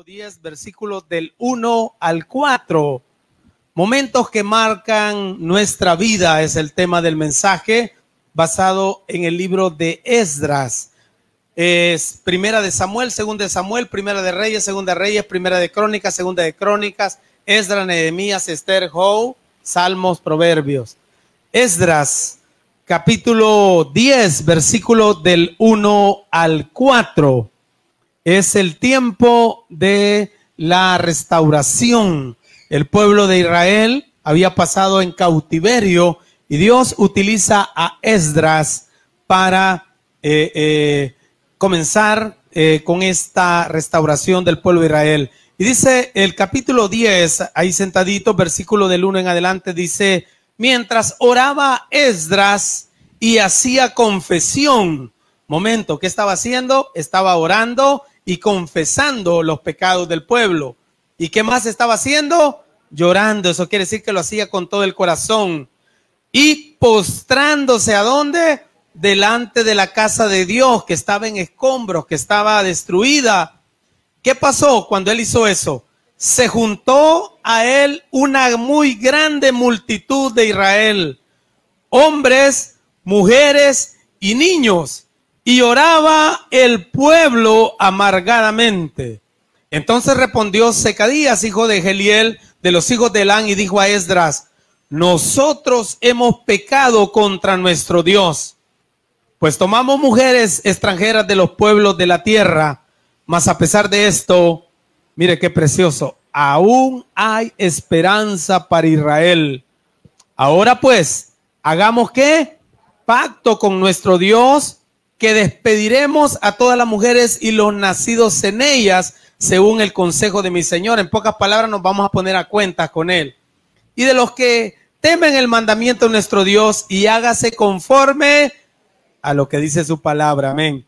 10, versículos del 1 al 4. Momentos que marcan nuestra vida es el tema del mensaje, basado en el libro de Esdras. Es Primera de Samuel, Segunda de Samuel, Primera de Reyes, Segunda de Reyes, Primera de Crónicas, Segunda de Crónicas, Esdras, Nehemías, Esther, Job, Salmos, Proverbios. Esdras, capítulo 10, versículo del 1 al 4. Es el tiempo de la restauración. El pueblo de Israel había pasado en cautiverio y Dios utiliza a Esdras para comenzar con esta restauración del pueblo de Israel. Y dice el capítulo 10, ahí sentadito, versículo del 1 en adelante, dice: mientras oraba Esdras y hacía confesión. Momento, ¿qué estaba haciendo? Estaba orando y confesando los pecados del pueblo. ¿Y qué más estaba haciendo? Llorando. Eso quiere decir que lo hacía con todo el corazón. Y postrándose, ¿a dónde? Delante de la casa de Dios, que estaba en escombros, que estaba destruida. ¿Qué pasó cuando él hizo eso? Se juntó a él una muy grande multitud de Israel, hombres, mujeres y niños, y oraba el pueblo amargadamente. Entonces respondió Secadías, hijo de Geliel, de los hijos de Elán, y dijo a Esdras: nosotros hemos pecado contra nuestro Dios, pues tomamos mujeres extranjeras de los pueblos de la tierra, mas a pesar de esto, mire qué precioso, aún hay esperanza para Israel. Ahora pues, hagamos ¿qué? Pacto con nuestro Dios, que despediremos a todas las mujeres y los nacidos en ellas, según el consejo de mi Señor. En pocas palabras, nos vamos a poner a cuentas con él. Y de los que temen el mandamiento de nuestro Dios, y hágase conforme a lo que dice su palabra. Amén.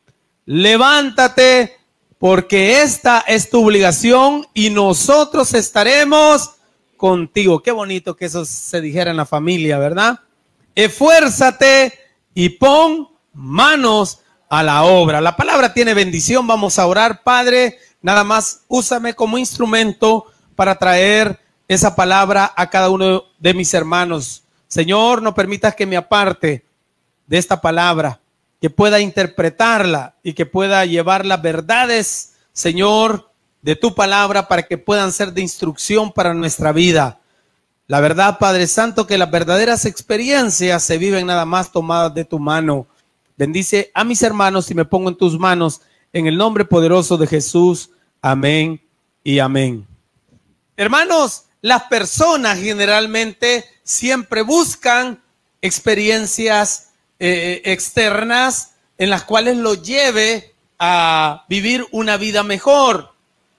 Levántate, porque esta es tu obligación y nosotros estaremos contigo. Qué bonito que eso se dijera en la familia, ¿verdad? Esfuérzate y pon manos a la obra. La palabra tiene bendición. Vamos a orar. Padre, nada más úsame como instrumento para traer esa palabra a cada uno de mis hermanos. Señor, no permitas que me aparte de esta palabra, que pueda interpretarla y que pueda llevar las verdades, Señor, de tu palabra, para que puedan ser de instrucción para nuestra vida. La verdad, Padre Santo, que las verdaderas experiencias se viven nada más tomadas de tu mano. Bendice a mis hermanos y me pongo en tus manos, en el nombre poderoso de Jesús. Amén y amén. Hermanos, las personas generalmente siempre buscan experiencias externas en las cuales los lleve a vivir una vida mejor.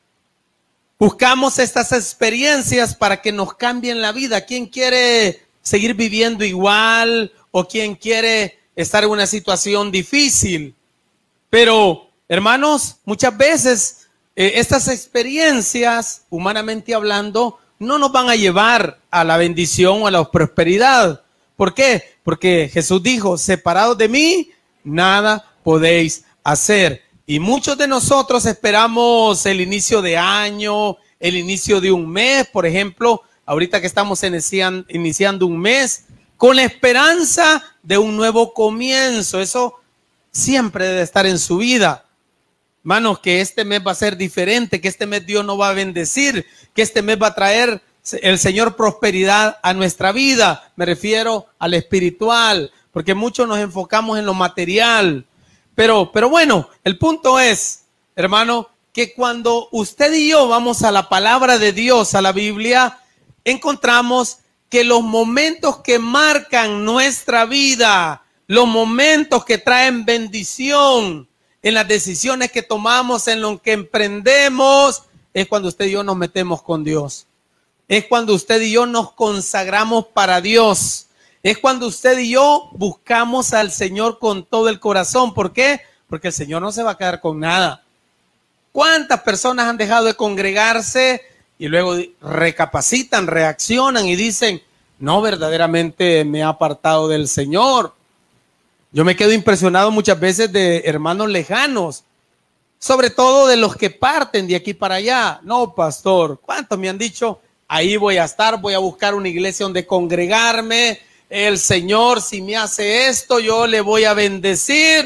Buscamos estas experiencias para que nos cambien la vida. ¿Quién quiere seguir viviendo igual o quién quiere estar en una situación difícil? Pero, hermanos, muchas veces estas experiencias, humanamente hablando, no nos van a llevar a la bendición o a la prosperidad. ¿Por qué? Porque Jesús dijo: separados de mí, nada podéis hacer. Y muchos de nosotros esperamos el inicio de año, el inicio de un mes, por ejemplo, ahorita que estamos iniciando un mes, con la esperanza de un nuevo comienzo. Eso siempre debe estar en su vida. Hermanos, que este mes va a ser diferente, que este mes Dios nos va a bendecir, que este mes va a traer el Señor prosperidad a nuestra vida. Me refiero al espiritual, porque muchos nos enfocamos en lo material. Pero bueno, el punto es, hermano, que cuando usted y yo vamos a la palabra de Dios, a la Biblia, encontramos que los momentos que marcan nuestra vida, los momentos que traen bendición en las decisiones que tomamos, en lo que emprendemos, es cuando usted y yo nos metemos con Dios. Es cuando usted y yo nos consagramos para Dios. Es cuando usted y yo buscamos al Señor con todo el corazón. ¿Por qué? Porque el Señor no se va a quedar con nada. ¿Cuántas personas han dejado de congregarse y luego recapacitan, reaccionan y dicen: no, verdaderamente me he apartado del Señor? Yo me quedo impresionado muchas veces de hermanos lejanos sobre todo de los que parten de aquí para allá. No, pastor, ¿cuántos me han dicho? Ahí voy a estar, voy a buscar una iglesia donde congregarme. El Señor, si me hace esto, yo le voy a bendecir.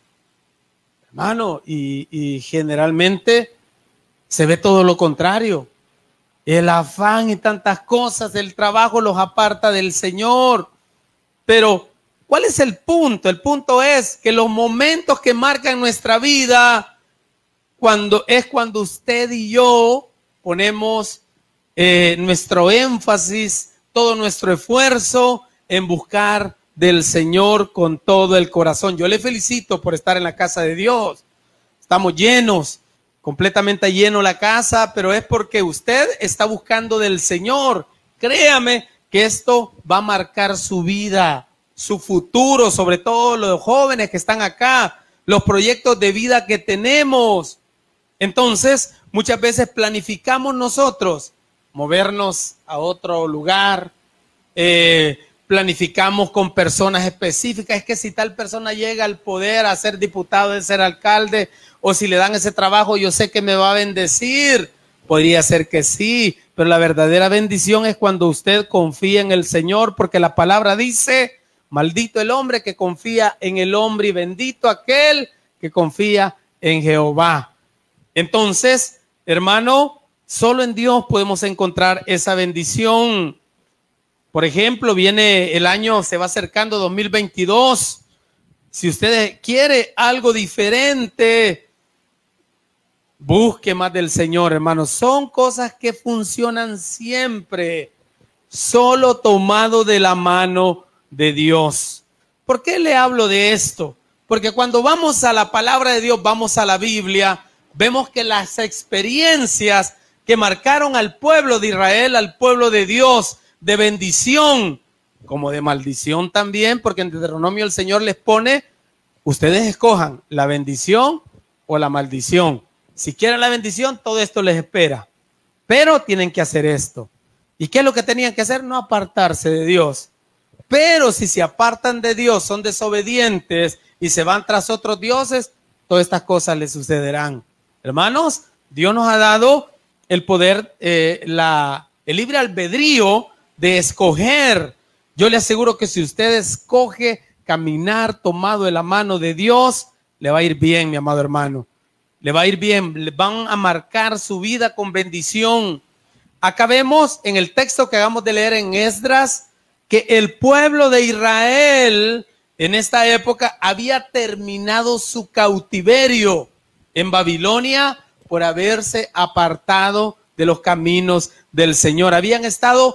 Hermano, y generalmente se ve todo lo contrario. El afán y tantas cosas, el trabajo los aparta del Señor. Pero, ¿cuál es el punto? El punto es que los momentos que marcan nuestra vida, cuando usted y yo ponemos nuestro énfasis, todo nuestro esfuerzo en buscar del Señor con todo el corazón. Yo le felicito por estar en la casa de Dios. Estamos llenos, completamente lleno la casa, pero es porque usted está buscando del Señor. Créame que esto va a marcar su vida, su futuro, sobre todo los jóvenes que están acá, los proyectos de vida que tenemos. Entonces, muchas veces planificamos nosotros movernos a otro lugar, planificamos con personas específicas. Es que si tal persona llega al poder, a ser diputado, a ser alcalde, o si le dan ese trabajo, yo sé que me va a bendecir. Podría ser que sí, pero la verdadera bendición es cuando usted confía en el Señor, porque la palabra dice, maldito el hombre que confía en el hombre y bendito aquel que confía en Jehová. Entonces, hermano, solo en Dios podemos encontrar esa bendición. Por ejemplo, viene el año, se va acercando 2022. Si usted quiere algo diferente, busque más del Señor, hermano. Son cosas que funcionan siempre, solo tomado de la mano de Dios. ¿Por qué le hablo de esto? Porque cuando vamos a la palabra de Dios, vamos a la Biblia, vemos que las experiencias que marcaron al pueblo de Israel, al pueblo de Dios, de bendición, como de maldición también, porque en Deuteronomio el Señor les pone, ustedes escojan la bendición o la maldición. Si quieren la bendición, todo esto les espera, pero tienen que hacer esto. ¿Y qué es lo que tenían que hacer? No apartarse de Dios. Pero si se apartan de Dios, son desobedientes y se van tras otros dioses, todas estas cosas les sucederán. Hermanos, Dios nos ha dado el poder, el libre albedrío de escoger. Yo le aseguro que si usted escoge caminar tomado de la mano de Dios, le va a ir bien, mi amado hermano. Le va a ir bien, le van a marcar su vida con bendición. Acá vemos en el texto que acabamos de leer en Esdras, que el pueblo de Israel en esta época había terminado su cautiverio en Babilonia por haberse apartado de los caminos del Señor. Habían estado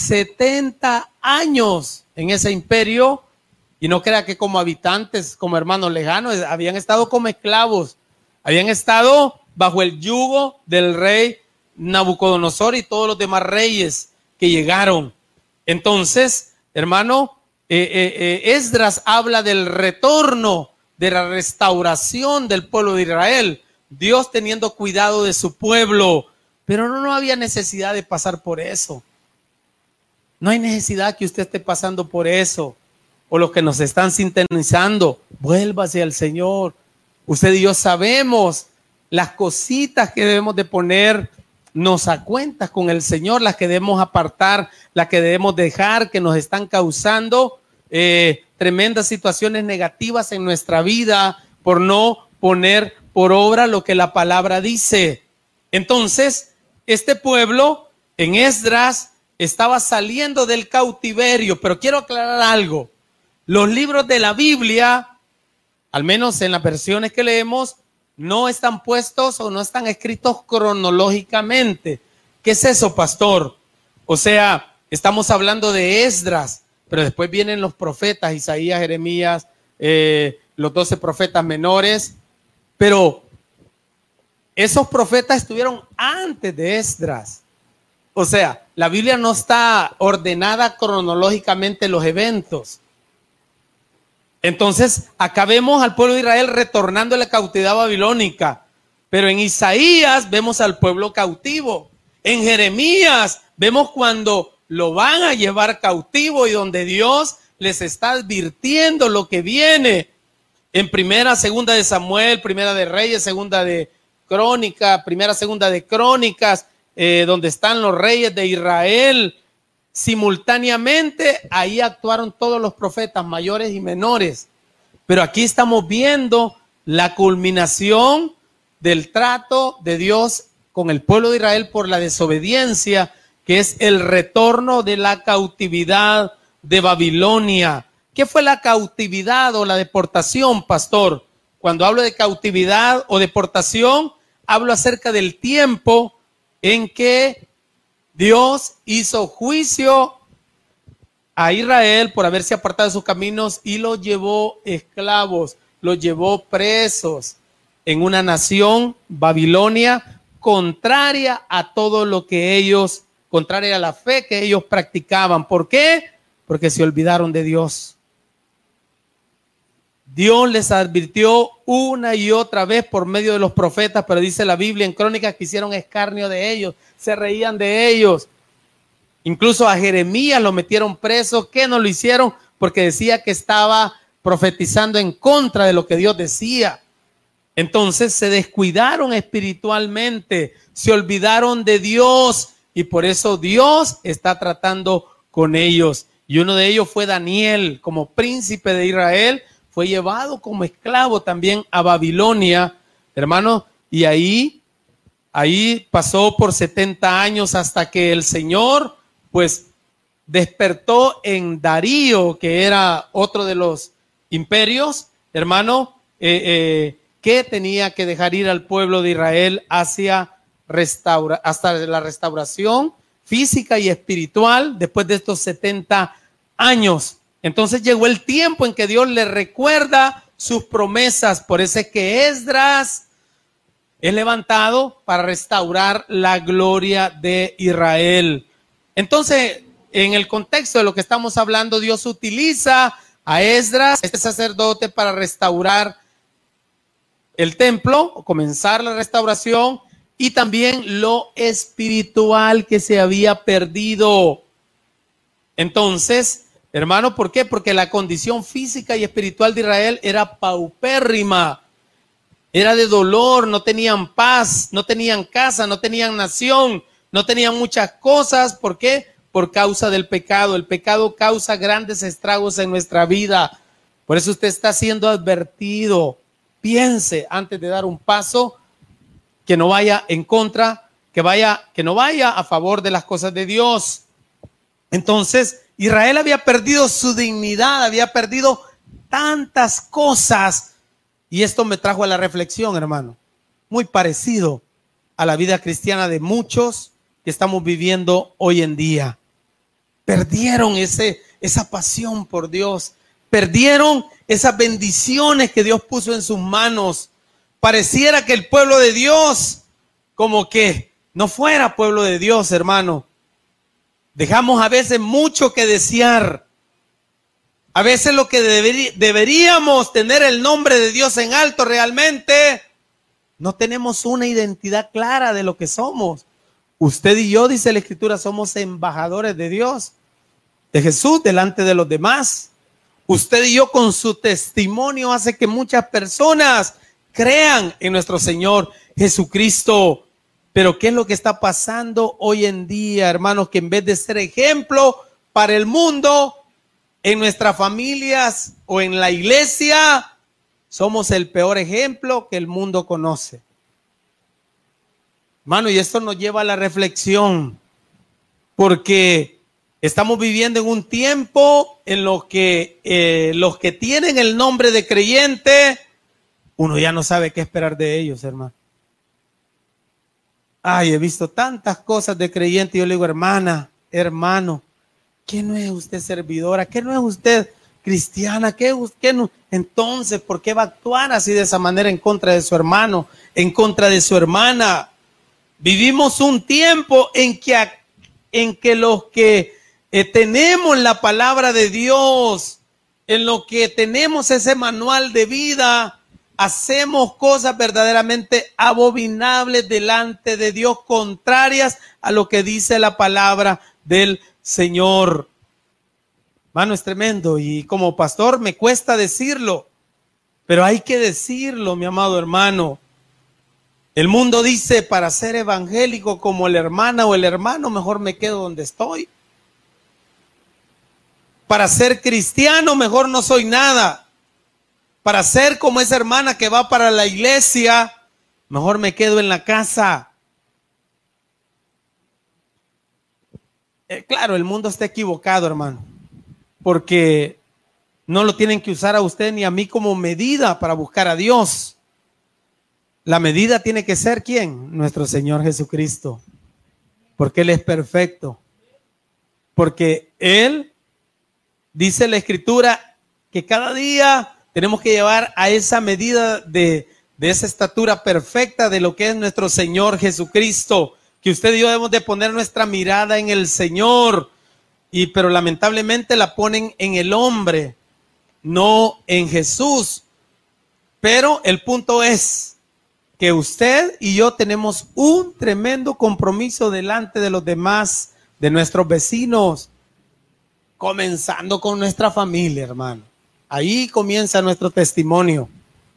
70 años en ese imperio, y no crea que como habitantes, como hermanos lejanos, habían estado como esclavos, habían estado bajo el yugo del rey Nabucodonosor y todos los demás reyes que llegaron. Entonces, hermano, Esdras habla del retorno, de la restauración del pueblo de Israel, Dios teniendo cuidado de su pueblo, pero no había necesidad de pasar por eso. No hay necesidad que usted esté pasando por eso. O los que nos están sintonizando, vuélvase al Señor. Usted y yo sabemos las cositas que debemos de ponernos a cuentas con el Señor, las que debemos apartar, las que debemos dejar, que nos están causando tremendas situaciones negativas en nuestra vida por no poner por obra lo que la palabra dice. Entonces, este pueblo en Esdras estaba saliendo del cautiverio, pero quiero aclarar algo. Los libros de la Biblia, al menos en las versiones que leemos, no están puestos o no están escritos cronológicamente. ¿Qué es eso, pastor? O sea, estamos hablando de Esdras, pero después vienen los profetas, Isaías, Jeremías, los 12 profetas menores, pero esos profetas estuvieron antes de Esdras. O sea, la Biblia no está ordenada cronológicamente los eventos. Entonces, acá vemos al pueblo de Israel retornando a la cautividad babilónica, pero en Isaías vemos al pueblo cautivo. En Jeremías vemos cuando lo van a llevar cautivo y donde Dios les está advirtiendo lo que viene. En primera, segunda de Samuel, primera de Reyes, segunda de Crónica, primera, segunda de Crónicas, donde están los reyes de Israel, simultáneamente ahí actuaron todos los profetas mayores y menores. Pero aquí estamos viendo la culminación del trato de Dios con el pueblo de Israel por la desobediencia, que es el retorno de la cautividad de Babilonia. ¿Qué fue la cautividad o la deportación, pastor? Cuando hablo de cautividad o deportación, hablo acerca del tiempo en que Dios hizo juicio a Israel por haberse apartado de sus caminos y los llevó esclavos, los llevó presos en una nación, Babilonia, contraria a todo lo que ellos, contraria a la fe que ellos practicaban. ¿Por qué? Porque se olvidaron de Dios. Dios les advirtió una y otra vez por medio de los profetas, pero dice la Biblia en Crónicas que hicieron escarnio de ellos, se reían de ellos. Incluso a Jeremías lo metieron preso. ¿Qué no lo hicieron? Porque decía que estaba profetizando en contra de lo que Dios decía. Entonces se descuidaron espiritualmente, se olvidaron de Dios y por eso Dios está tratando con ellos. Y uno de ellos fue Daniel, como príncipe de Israel, fue llevado como esclavo también a Babilonia, hermano, y ahí pasó por 70 años hasta que el Señor, pues, despertó en Darío, que era otro de los imperios, hermano, que tenía que dejar ir al pueblo de Israel hasta la restauración física y espiritual después de estos 70 años. Entonces llegó el tiempo en que Dios le recuerda sus promesas. Por eso es que Esdras es levantado para restaurar la gloria de Israel. Entonces, en el contexto de lo que estamos hablando, Dios utiliza a Esdras, este sacerdote, para restaurar el templo, o comenzar la restauración, y también lo espiritual que se había perdido. Entonces, hermano, ¿por qué? Porque la condición física y espiritual de Israel era paupérrima, era de dolor, no tenían paz, no tenían casa, no tenían nación, no tenían muchas cosas. ¿Por qué? Por causa del pecado. El pecado causa grandes estragos en nuestra vida. Por eso usted está siendo advertido. Piense antes de dar un paso que no vaya en contra, que no vaya a favor de las cosas de Dios. Entonces, Israel había perdido su dignidad, había perdido tantas cosas. Y esto me trajo a la reflexión, hermano, muy parecido a la vida cristiana de muchos que estamos viviendo hoy en día. Perdieron esa pasión por Dios, perdieron esas bendiciones que Dios puso en sus manos. Pareciera que el pueblo de Dios como que no fuera pueblo de Dios, hermano. Dejamos a veces mucho que desear. A veces lo que deberíamos tener el nombre de Dios en alto realmente, no tenemos una identidad clara de lo que somos. Usted y yo, dice la Escritura, somos embajadores de Dios, de Jesús delante de los demás. Usted y yo con su testimonio hace que muchas personas crean en nuestro Señor Jesucristo. Pero ¿qué es lo que está pasando hoy en día, hermanos? Que en vez de ser ejemplo para el mundo, en nuestras familias o en la iglesia, somos el peor ejemplo que el mundo conoce. Hermano, y esto nos lleva a la reflexión, porque estamos viviendo en un tiempo en lo que los que tienen el nombre de creyente, uno ya no sabe qué esperar de ellos, hermano. Ay, he visto tantas cosas de creyente. Yo le digo, hermana, hermano, ¿qué no es usted servidora? ¿Qué no es usted cristiana? ¿Qué no? Entonces, ¿por qué va a actuar así de esa manera en contra de su hermano, en contra de su hermana? Vivimos un tiempo en que los que tenemos la palabra de Dios, en lo que tenemos ese manual de vida, hacemos cosas verdaderamente abominables delante de Dios, contrarias a lo que dice la palabra del Señor. Hermano, es tremendo, y como pastor me cuesta decirlo, Pero hay que decirlo, mi amado hermano. El mundo dice, para ser evangélico como la hermana o el hermano, mejor me quedo donde estoy. Para ser cristiano, mejor no soy nada. Para ser como esa hermana que va para la iglesia, mejor me quedo en la casa. Claro, el mundo está equivocado, hermano, porque no lo tienen que usar a usted ni a mí como medida para buscar a Dios. La medida tiene que ser ¿quién? Nuestro Señor Jesucristo, porque Él es perfecto, porque Él, dice la Escritura, que cada día tenemos que llevar a esa medida de esa estatura perfecta de lo que es nuestro Señor Jesucristo, que usted y yo debemos de poner nuestra mirada en el Señor, pero lamentablemente la ponen en el hombre, no en Jesús. Pero el punto es que usted y yo tenemos un tremendo compromiso delante de los demás, de nuestros vecinos, comenzando con nuestra familia, hermano. Ahí comienza nuestro testimonio.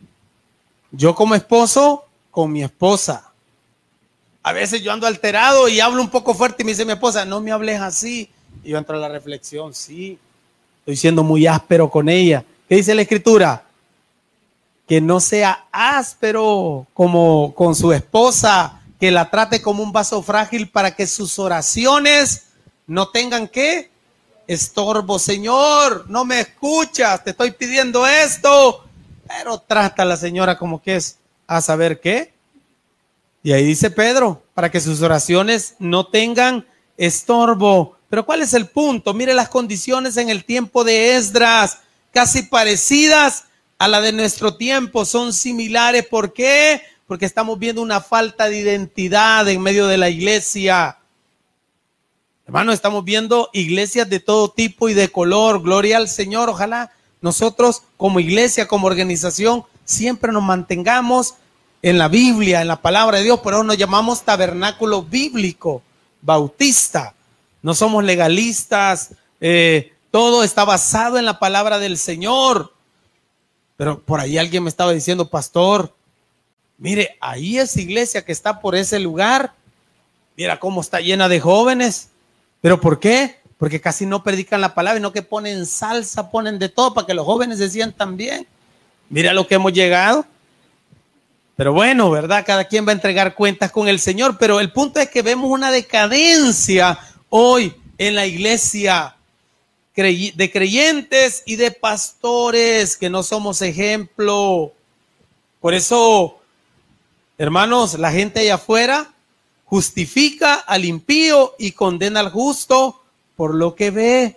Yo como esposo, con mi esposa. A veces yo ando alterado y hablo un poco fuerte y me dice mi esposa, no me hables así. Y yo entro a la reflexión, sí, estoy siendo muy áspero con ella. ¿Qué dice la Escritura? Que no sea áspero como con su esposa, que la trate como un vaso frágil para que sus oraciones no tengan ¿qué? Estorbo. Señor, no me escuchas, te estoy pidiendo esto, pero trata a la señora como que es a saber qué. Y ahí dice Pedro, para que sus oraciones no tengan estorbo. Pero ¿cuál es el punto? Mire las condiciones en el tiempo de Esdras, casi parecidas a la de nuestro tiempo, son similares. ¿Por qué? Porque estamos viendo una falta de identidad en medio de la iglesia. Hermano, estamos viendo iglesias de todo tipo y de color. Gloria al Señor. Ojalá nosotros como iglesia, como organización, siempre nos mantengamos en la Biblia, en la palabra de Dios. Por eso nos llamamos Tabernáculo Bíblico Bautista. No somos legalistas. Todo está basado en la palabra del Señor. Pero por ahí alguien me estaba diciendo, pastor, mire, ahí esa iglesia que está por ese lugar, mira cómo está llena de jóvenes. ¿Pero por qué? Porque casi no predican la palabra, y no que ponen salsa, ponen de todo para que los jóvenes se sientan bien. Mira lo que hemos llegado. Pero bueno, ¿verdad? Cada quien va a entregar cuentas con el Señor. Pero el punto es que vemos una decadencia hoy en la iglesia de creyentes y de pastores que no somos ejemplo. Por eso, hermanos, la gente allá afuera justifica al impío y condena al justo por lo que ve.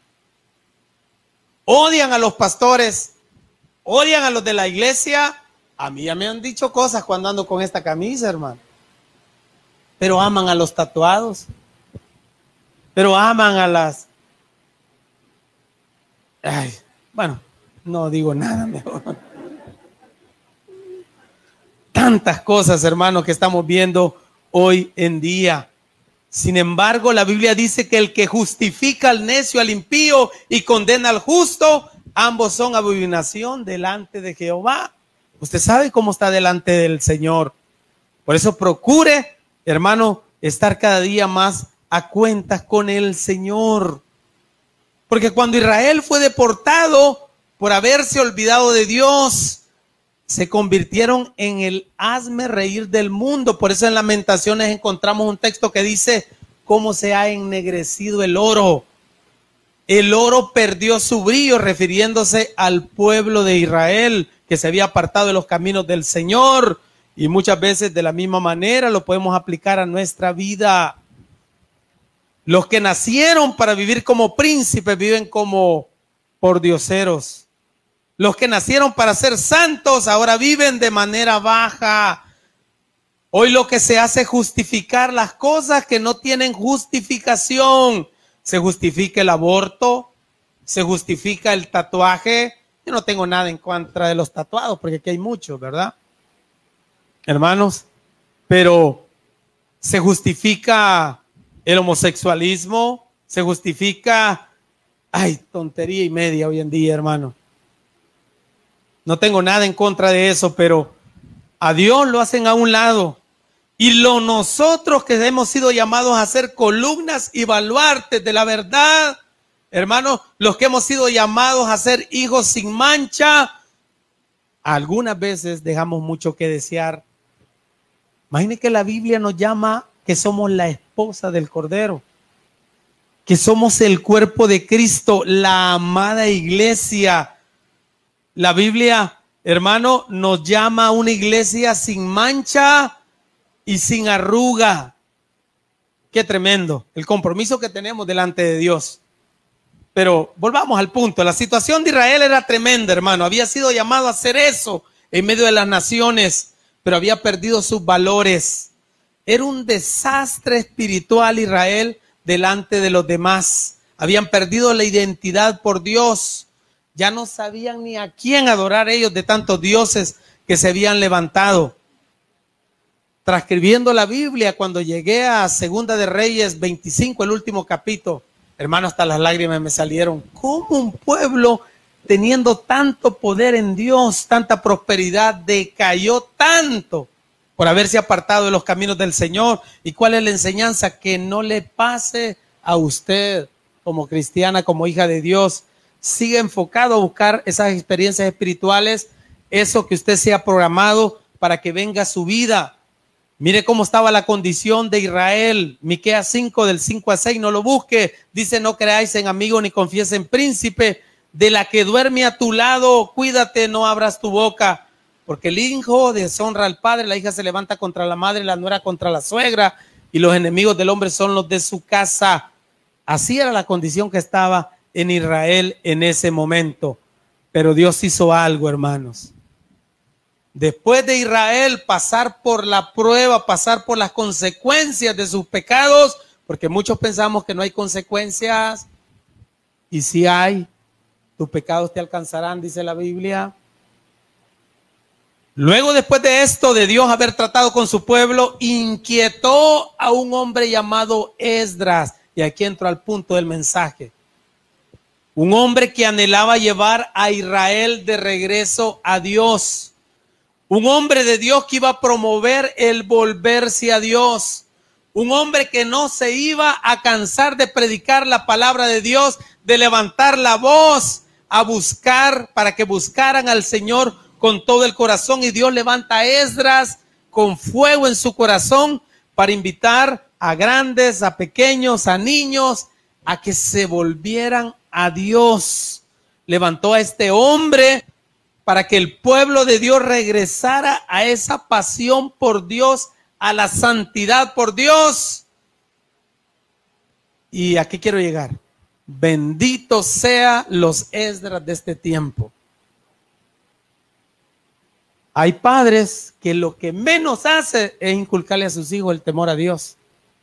Odian a los pastores, odian a los de la iglesia. A mí ya me han dicho cosas cuando ando con esta camisa, hermano. Pero aman a los tatuados. Pero aman a las... Ay, bueno, no digo nada mejor. Tantas cosas, hermanos, que estamos viendo hoy en día. Sin embargo, la Biblia dice que el que justifica al necio, al impío y condena al justo, ambos son abominación delante de Jehová. Usted sabe cómo está delante del Señor. Por eso procure, hermano, estar cada día más a cuentas con el Señor. Porque cuando Israel fue deportado por haberse olvidado de Dios, se convirtieron en el hazme reír del mundo. Por eso en Lamentaciones encontramos un texto que dice cómo se ha ennegrecido el oro. El oro perdió su brillo, refiriéndose al pueblo de Israel que se había apartado de los caminos del Señor. Y muchas veces de la misma manera lo podemos aplicar a nuestra vida. Los que nacieron para vivir como príncipes viven como pordioseros. Los que nacieron para ser santos ahora viven de manera baja. Hoy lo que se hace es justificar las cosas que no tienen justificación. Se justifica el aborto, se justifica el tatuaje. Yo no tengo nada en contra de los tatuados porque aquí hay muchos, ¿verdad? Hermanos, pero se justifica el homosexualismo, se justifica, ay, tontería y media hoy en día, hermano. No tengo nada en contra de eso, pero a Dios lo hacen a un lado. Y nosotros que hemos sido llamados a ser columnas y baluartes de la verdad, hermanos, los que hemos sido llamados a ser hijos sin mancha, algunas veces dejamos mucho que desear. Imagine que la Biblia nos llama que somos la esposa del Cordero, que somos el cuerpo de Cristo, la amada iglesia. La Biblia, hermano, nos llama a una iglesia sin mancha y sin arruga. Qué tremendo el compromiso que tenemos delante de Dios. Pero volvamos al punto. La situación de Israel era tremenda, hermano. Había sido llamado a hacer eso en medio de las naciones, pero había perdido sus valores. Era un desastre espiritual Israel delante de los demás. Habían perdido la identidad por Dios. Ya no sabían ni a quién adorar ellos de tantos dioses que se habían levantado. Transcribiendo la Biblia, cuando llegué a Segunda de Reyes 25, el último capítulo, hermano, hasta las lágrimas me salieron. ¿Cómo un pueblo teniendo tanto poder en Dios, tanta prosperidad, decayó tanto por haberse apartado de los caminos del Señor? ¿Y cuál es la enseñanza? Que no le pase a usted como cristiana, como hija de Dios. Siga enfocado a buscar esas experiencias espirituales, eso que usted se ha programado para que venga a su vida. Mire cómo estaba la condición de Israel. Miqueas 5, del 5 a 6, no lo busque. Dice: no creáis en amigo ni confíes en príncipe. De la que duerme a tu lado, cuídate, no abras tu boca. Porque el hijo deshonra al padre, la hija se levanta contra la madre, la nuera contra la suegra, y los enemigos del hombre son los de su casa. Así era la condición que estaba en Israel en ese momento. Pero Dios hizo algo, hermanos. Después de Israel pasar por la prueba, pasar por las consecuencias de sus pecados, porque muchos pensamos que no hay consecuencias, y si hay, tus pecados te alcanzarán, dice la Biblia. Luego, después de esto, de Dios haber tratado con su pueblo, inquietó a un hombre llamado Esdras, y aquí entro al punto del mensaje. Un hombre que anhelaba llevar a Israel de regreso a Dios. Un hombre de Dios que iba a promover el volverse a Dios. Un hombre que no se iba a cansar de predicar la palabra de Dios, de levantar la voz a buscar, para que buscaran al Señor con todo el corazón. Y Dios levanta a Esdras con fuego en su corazón para invitar a grandes, a pequeños, a niños, a que se volvieran a Dios. Levantó a este hombre para que el pueblo de Dios regresara a esa pasión por Dios, a la santidad por Dios. ¿Y a qué quiero llegar? Bendito sea los Esdras de este tiempo. Hay padres que lo que menos hace es inculcarle a sus hijos el temor a Dios.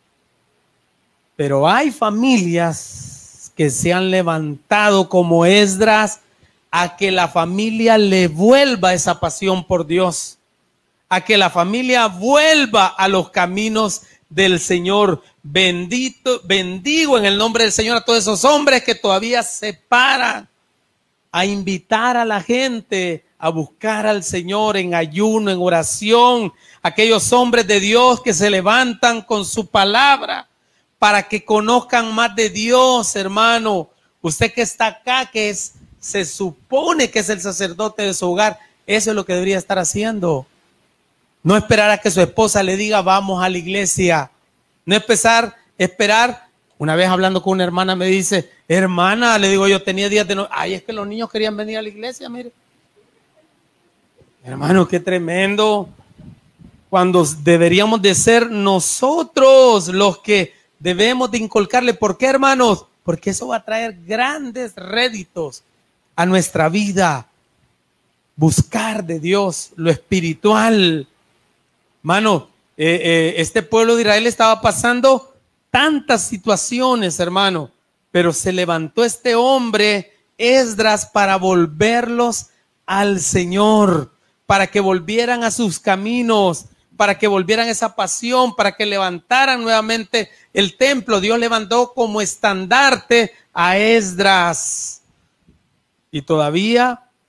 Pero hay familias que se han levantado como Esdras a que la familia le vuelva esa pasión por Dios, a que la familia vuelva a los caminos del Señor. Bendigo en el nombre del Señor a todos esos hombres que todavía se paran a invitar a la gente a buscar al Señor en ayuno, en oración. Aquellos hombres de Dios que se levantan con su palabra para que conozcan más de Dios, hermano. Usted que está acá, que se supone que es el sacerdote de su hogar, eso es lo que debería estar haciendo. No esperar a que su esposa le diga vamos a la iglesia. No esperar. Una vez hablando con una hermana me dice: hermana, le digo yo, tenía días de no. Ay, es que los niños querían venir a la iglesia, mire. Hermano, qué tremendo. Cuando deberíamos de ser nosotros los que debemos de inculcarle. ¿Por qué, hermanos? Porque eso va a traer grandes réditos a nuestra vida. Buscar de Dios lo espiritual. Hermano, este pueblo de Israel estaba pasando tantas situaciones, hermano, pero se levantó este hombre, Esdras, para volverlos al Señor, para que volvieran a sus caminos, para que volvieran esa pasión, para que levantaran nuevamente el templo. Dios levantó como estandarte a Esdras. Y todavía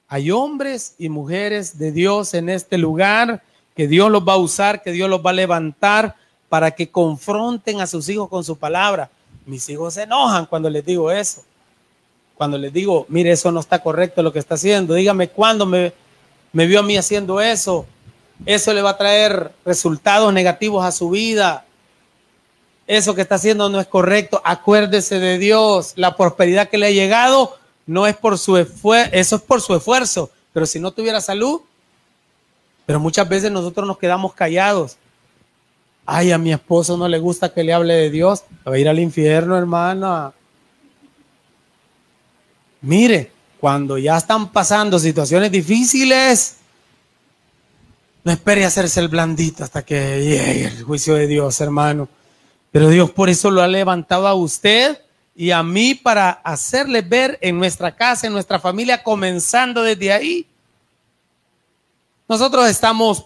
Hay hombres y mujeres de Dios en este lugar que Dios los va a usar, que Dios los va a levantar para que confronten a sus hijos con su palabra. Mis hijos se enojan cuando les digo eso. Cuando les digo, mire, eso no está correcto lo que está haciendo. Dígame cuándo me vio a mí haciendo eso. Eso le va a traer resultados negativos a su vida. Eso que está haciendo no es correcto. Acuérdese de Dios. La prosperidad que le ha llegado no es por su esfuerzo, eso es por su esfuerzo. Pero si no tuviera salud, pero muchas veces nosotros nos quedamos callados. Ay, a mi esposo no le gusta que le hable de Dios. Va a ir al infierno, hermana. Mire, cuando ya están pasando situaciones difíciles, no espere hacerse el blandito hasta que llegue el juicio de Dios, hermano. Pero Dios por eso lo ha levantado a usted y a mí para hacerle ver en nuestra casa, en nuestra familia, comenzando desde ahí. Nosotros estamos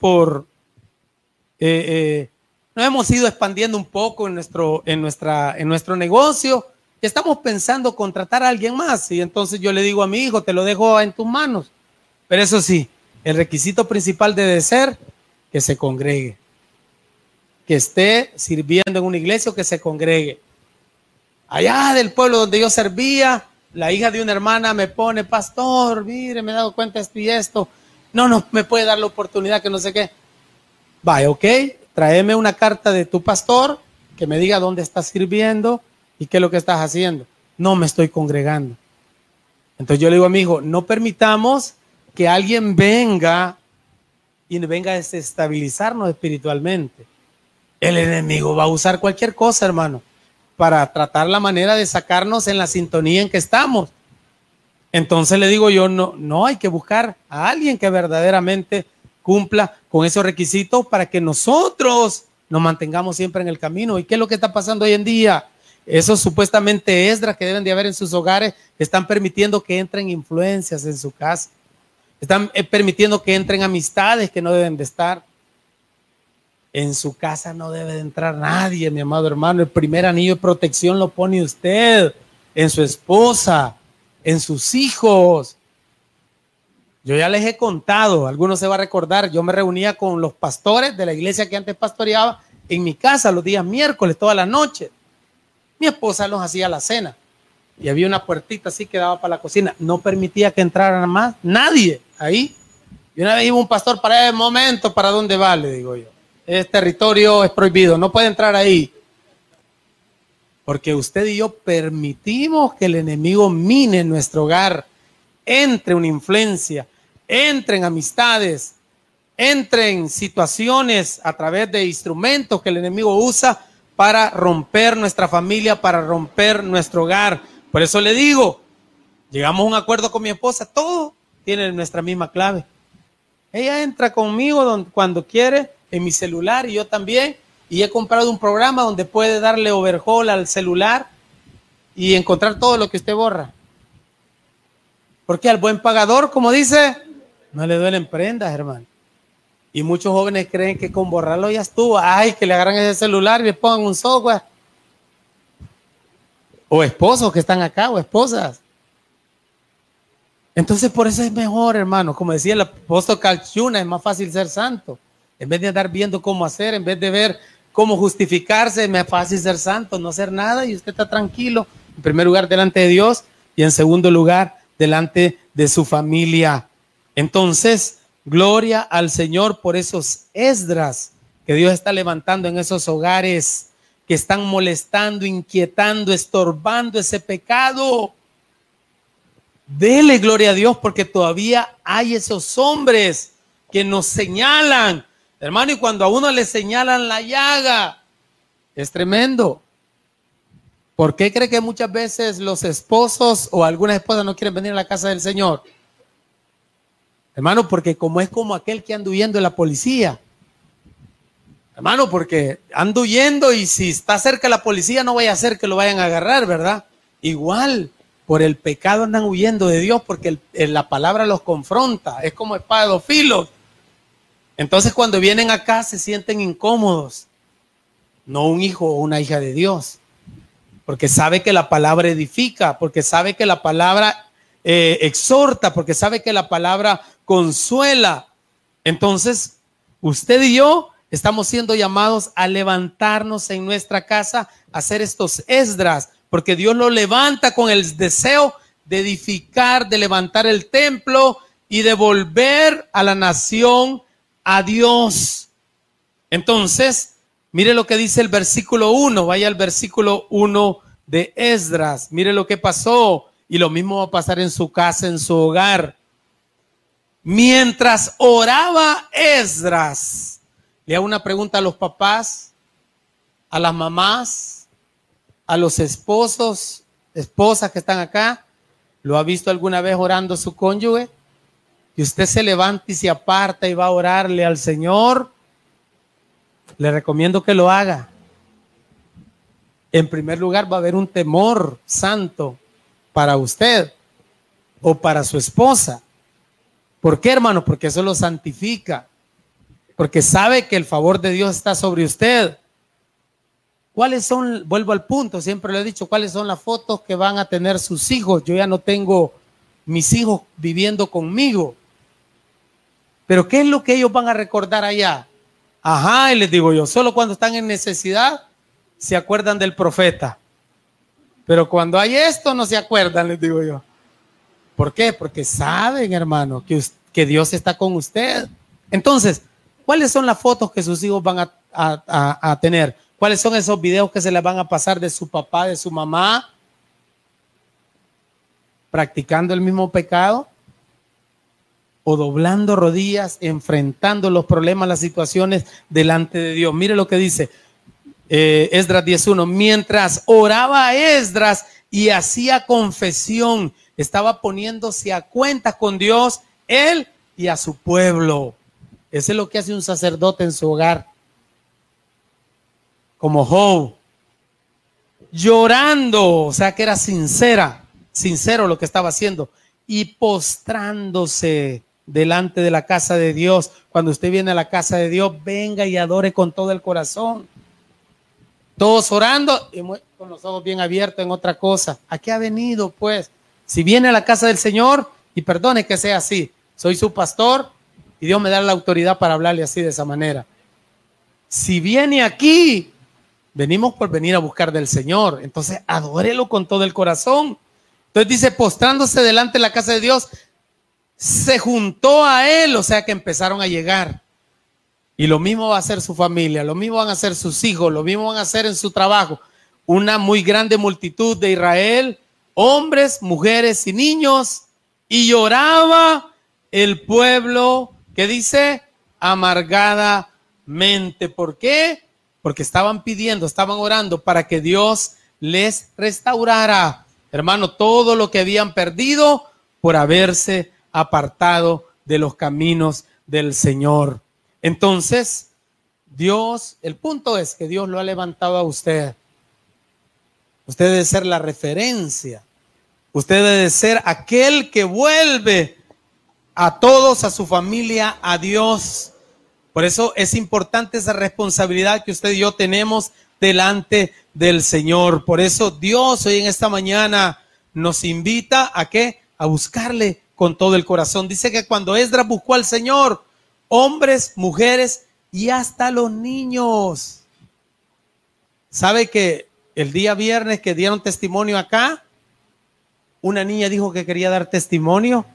nos hemos ido expandiendo un poco en nuestro negocio. Estamos pensando contratar a alguien más. Y entonces yo le digo a mi hijo, te lo dejo en tus manos. Pero eso sí, el requisito principal debe ser que se congregue. Que esté sirviendo en una iglesia o que se congregue. Allá del pueblo donde yo servía, la hija de una hermana me pone, pastor, mire, me he dado cuenta de esto y esto. No me puede dar la oportunidad que no sé qué. Vaya, ok, tráeme una carta de tu pastor que me diga dónde estás sirviendo y qué es lo que estás haciendo. No me estoy congregando. Entonces yo le digo a mi hijo, no permitamos que alguien venga y venga a desestabilizarnos espiritualmente. El enemigo va a usar cualquier cosa, hermano, para tratar la manera de sacarnos en la sintonía en que estamos. Entonces le digo yo, no hay que buscar a alguien que verdaderamente cumpla con esos requisitos para que nosotros nos mantengamos siempre en el camino. ¿Y qué es lo que está pasando hoy en día? Esos supuestamente Esdras que deben de haber en sus hogares están permitiendo que entren influencias en su casa. Están permitiendo que entren amistades que no deben de estar. En su casa no debe de entrar nadie, mi amado hermano. El primer anillo de protección lo pone usted en su esposa, en sus hijos. Yo ya les he contado, algunos se va a recordar, yo me reunía con los pastores de la iglesia que antes pastoreaba en mi casa los días miércoles, toda la noche. Mi esposa nos hacía la cena y había una puertita así que daba para la cocina. No permitía que entraran más nadie ahí. Y una vez iba un pastor, para el momento, ¿para dónde va? Le digo yo. Es territorio, es prohibido, no puede entrar ahí. Porque usted y yo permitimos que el enemigo mine nuestro hogar, entre una influencia, entre en amistades, entre en situaciones a través de instrumentos que el enemigo usa para romper nuestra familia, para romper nuestro hogar. Por eso le digo, llegamos a un acuerdo con mi esposa, todo tiene nuestra misma clave. Ella entra conmigo cuando quiere en mi celular y yo también, y he comprado un programa donde puede darle overhaul al celular y encontrar todo lo que usted borra. Porque al buen pagador, como dice, no le duelen prendas, hermano. Y muchos jóvenes creen que con borrarlo ya estuvo. Ay, que le agarran ese celular y le pongan un software. O esposos que están acá, o esposas. Entonces, por eso es mejor, hermano. Como decía el apóstol Calchuna, es más fácil ser santo. En vez de andar viendo cómo hacer, en vez de ver cómo justificarse, es más fácil ser santo, no hacer nada y usted está tranquilo. En primer lugar, delante de Dios y en segundo lugar, delante de su familia. Entonces, gloria al Señor por esos Esdras que Dios está levantando en esos hogares que están molestando, inquietando, estorbando ese pecado. Dele gloria a Dios porque todavía hay esos hombres que nos señalan, hermano, y cuando a uno le señalan la llaga, es tremendo. ¿Por qué cree que muchas veces los esposos o algunas esposas no quieren venir a la casa del Señor? Hermano, porque como es como aquel que anda huyendo de la policía. Hermano, porque anda huyendo y si está cerca la policía no vaya a ser que lo vayan a agarrar, ¿verdad? Igual, por el pecado andan huyendo de Dios porque la palabra los confronta. Es como espada de dos filos. Entonces cuando vienen acá se sienten incómodos. No un hijo o una hija de Dios. Porque sabe que la palabra edifica, porque sabe que la palabra exhorta, porque sabe que la palabra consuela. Entonces, usted y yo estamos siendo llamados a levantarnos en nuestra casa, a hacer estos Esdras, porque Dios lo levanta con el deseo de edificar, de levantar el templo y de volver a la nación a Dios. Entonces, mire lo que dice el versículo 1, vaya al versículo 1 de Esdras, mire lo que pasó, y lo mismo va a pasar en su casa, en su hogar. Mientras oraba Esdras, le hago una pregunta a los papás, a las mamás, a los esposos, esposas que están acá. ¿Lo ha visto alguna vez orando su cónyuge? Y usted se levanta y se aparta y va a orarle al Señor. Le recomiendo que lo haga. En primer lugar, va a haber un temor santo para usted o para su esposa. ¿Por qué, hermano? Porque eso lo santifica. Porque sabe que el favor de Dios está sobre usted. ¿Cuáles son? Vuelvo al punto, siempre lo he dicho, ¿cuáles son las fotos que van a tener sus hijos? Yo ya no tengo mis hijos viviendo conmigo. Pero ¿qué es lo que ellos van a recordar allá? Ajá, y les digo yo, solo cuando están en necesidad se acuerdan del profeta. Pero cuando hay esto no se acuerdan, les digo yo. ¿Por qué? Porque saben, hermano, que Dios está con usted. Entonces, ¿cuáles son las fotos que sus hijos van a tener? ¿Cuáles son esos videos que se les van a pasar de su papá, de su mamá? ¿Practicando el mismo pecado? ¿O doblando rodillas, enfrentando los problemas, las situaciones delante de Dios? Mire lo que dice Esdras 10:1. Mientras oraba Esdras y hacía confesión, estaba poniéndose a cuentas con Dios, él y a su pueblo. Eso es lo que hace un sacerdote en su hogar. Como Job, llorando, o sea que era sincero lo que estaba haciendo, y postrándose delante de la casa de Dios. Cuando usted viene a la casa de Dios, venga y adore con todo el corazón. Todos orando y con los ojos bien abiertos en otra cosa. ¿A qué ha venido, pues? Si viene a la casa del Señor, y perdone que sea así, soy su pastor y Dios me da la autoridad para hablarle así, de esa manera. Si viene aquí, venimos por venir a buscar del Señor. Entonces, adórelo con todo el corazón. Entonces dice, postrándose delante de la casa de Dios, se juntó a él, o sea que empezaron a llegar. Y lo mismo va a hacer su familia, lo mismo van a hacer sus hijos, lo mismo van a hacer en su trabajo. Una muy grande multitud de Israel, hombres, mujeres y niños, y lloraba el pueblo, que dice, amargadamente. ¿Por qué? Porque estaban pidiendo, estaban orando para que Dios les restaurara, hermano, todo lo que habían perdido por haberse apartado de los caminos del Señor. Entonces, Dios, el punto es que Dios lo ha levantado a usted. Usted debe ser la referencia. Usted debe ser aquel que vuelve a todos, a su familia, a Dios. Por eso es importante esa responsabilidad que usted y yo tenemos delante del Señor. Por eso Dios hoy en esta mañana nos invita a ¿qué? A buscarle con todo el corazón. Dice que cuando Esdras buscó al Señor, hombres, mujeres y hasta los niños. ¿Sabe que el día viernes que dieron testimonio acá, una niña dijo que quería dar testimonio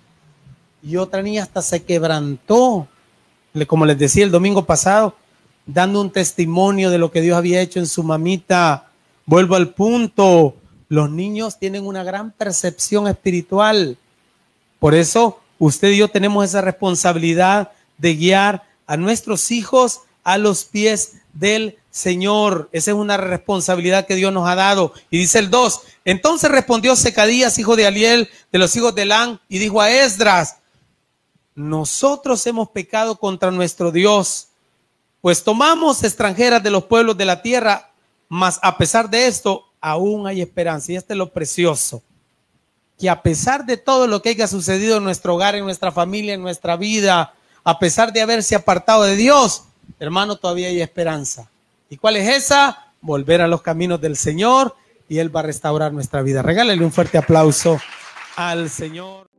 y otra niña hasta se quebrantó, como les decía el domingo pasado, dando un testimonio de lo que Dios había hecho en su mamita? Vuelvo al punto, los niños tienen una gran percepción espiritual. Por eso usted y yo tenemos esa responsabilidad de guiar a nuestros hijos a los pies del Señor. Esa es una responsabilidad que Dios nos ha dado. Y dice el 2, entonces respondió Secadías, hijo de Aliel, de los hijos de Elán, y dijo a Esdras, nosotros hemos pecado contra nuestro Dios, pues tomamos extranjeras de los pueblos de la tierra, mas a pesar de esto, aún hay esperanza. Y este es lo precioso, que a pesar de todo lo que haya sucedido en nuestro hogar, en nuestra familia, en nuestra vida, a pesar de haberse apartado de Dios, hermano, todavía hay esperanza. ¿Y cuál es esa? Volver a los caminos del Señor y Él va a restaurar nuestra vida. Regálale un fuerte aplauso al Señor.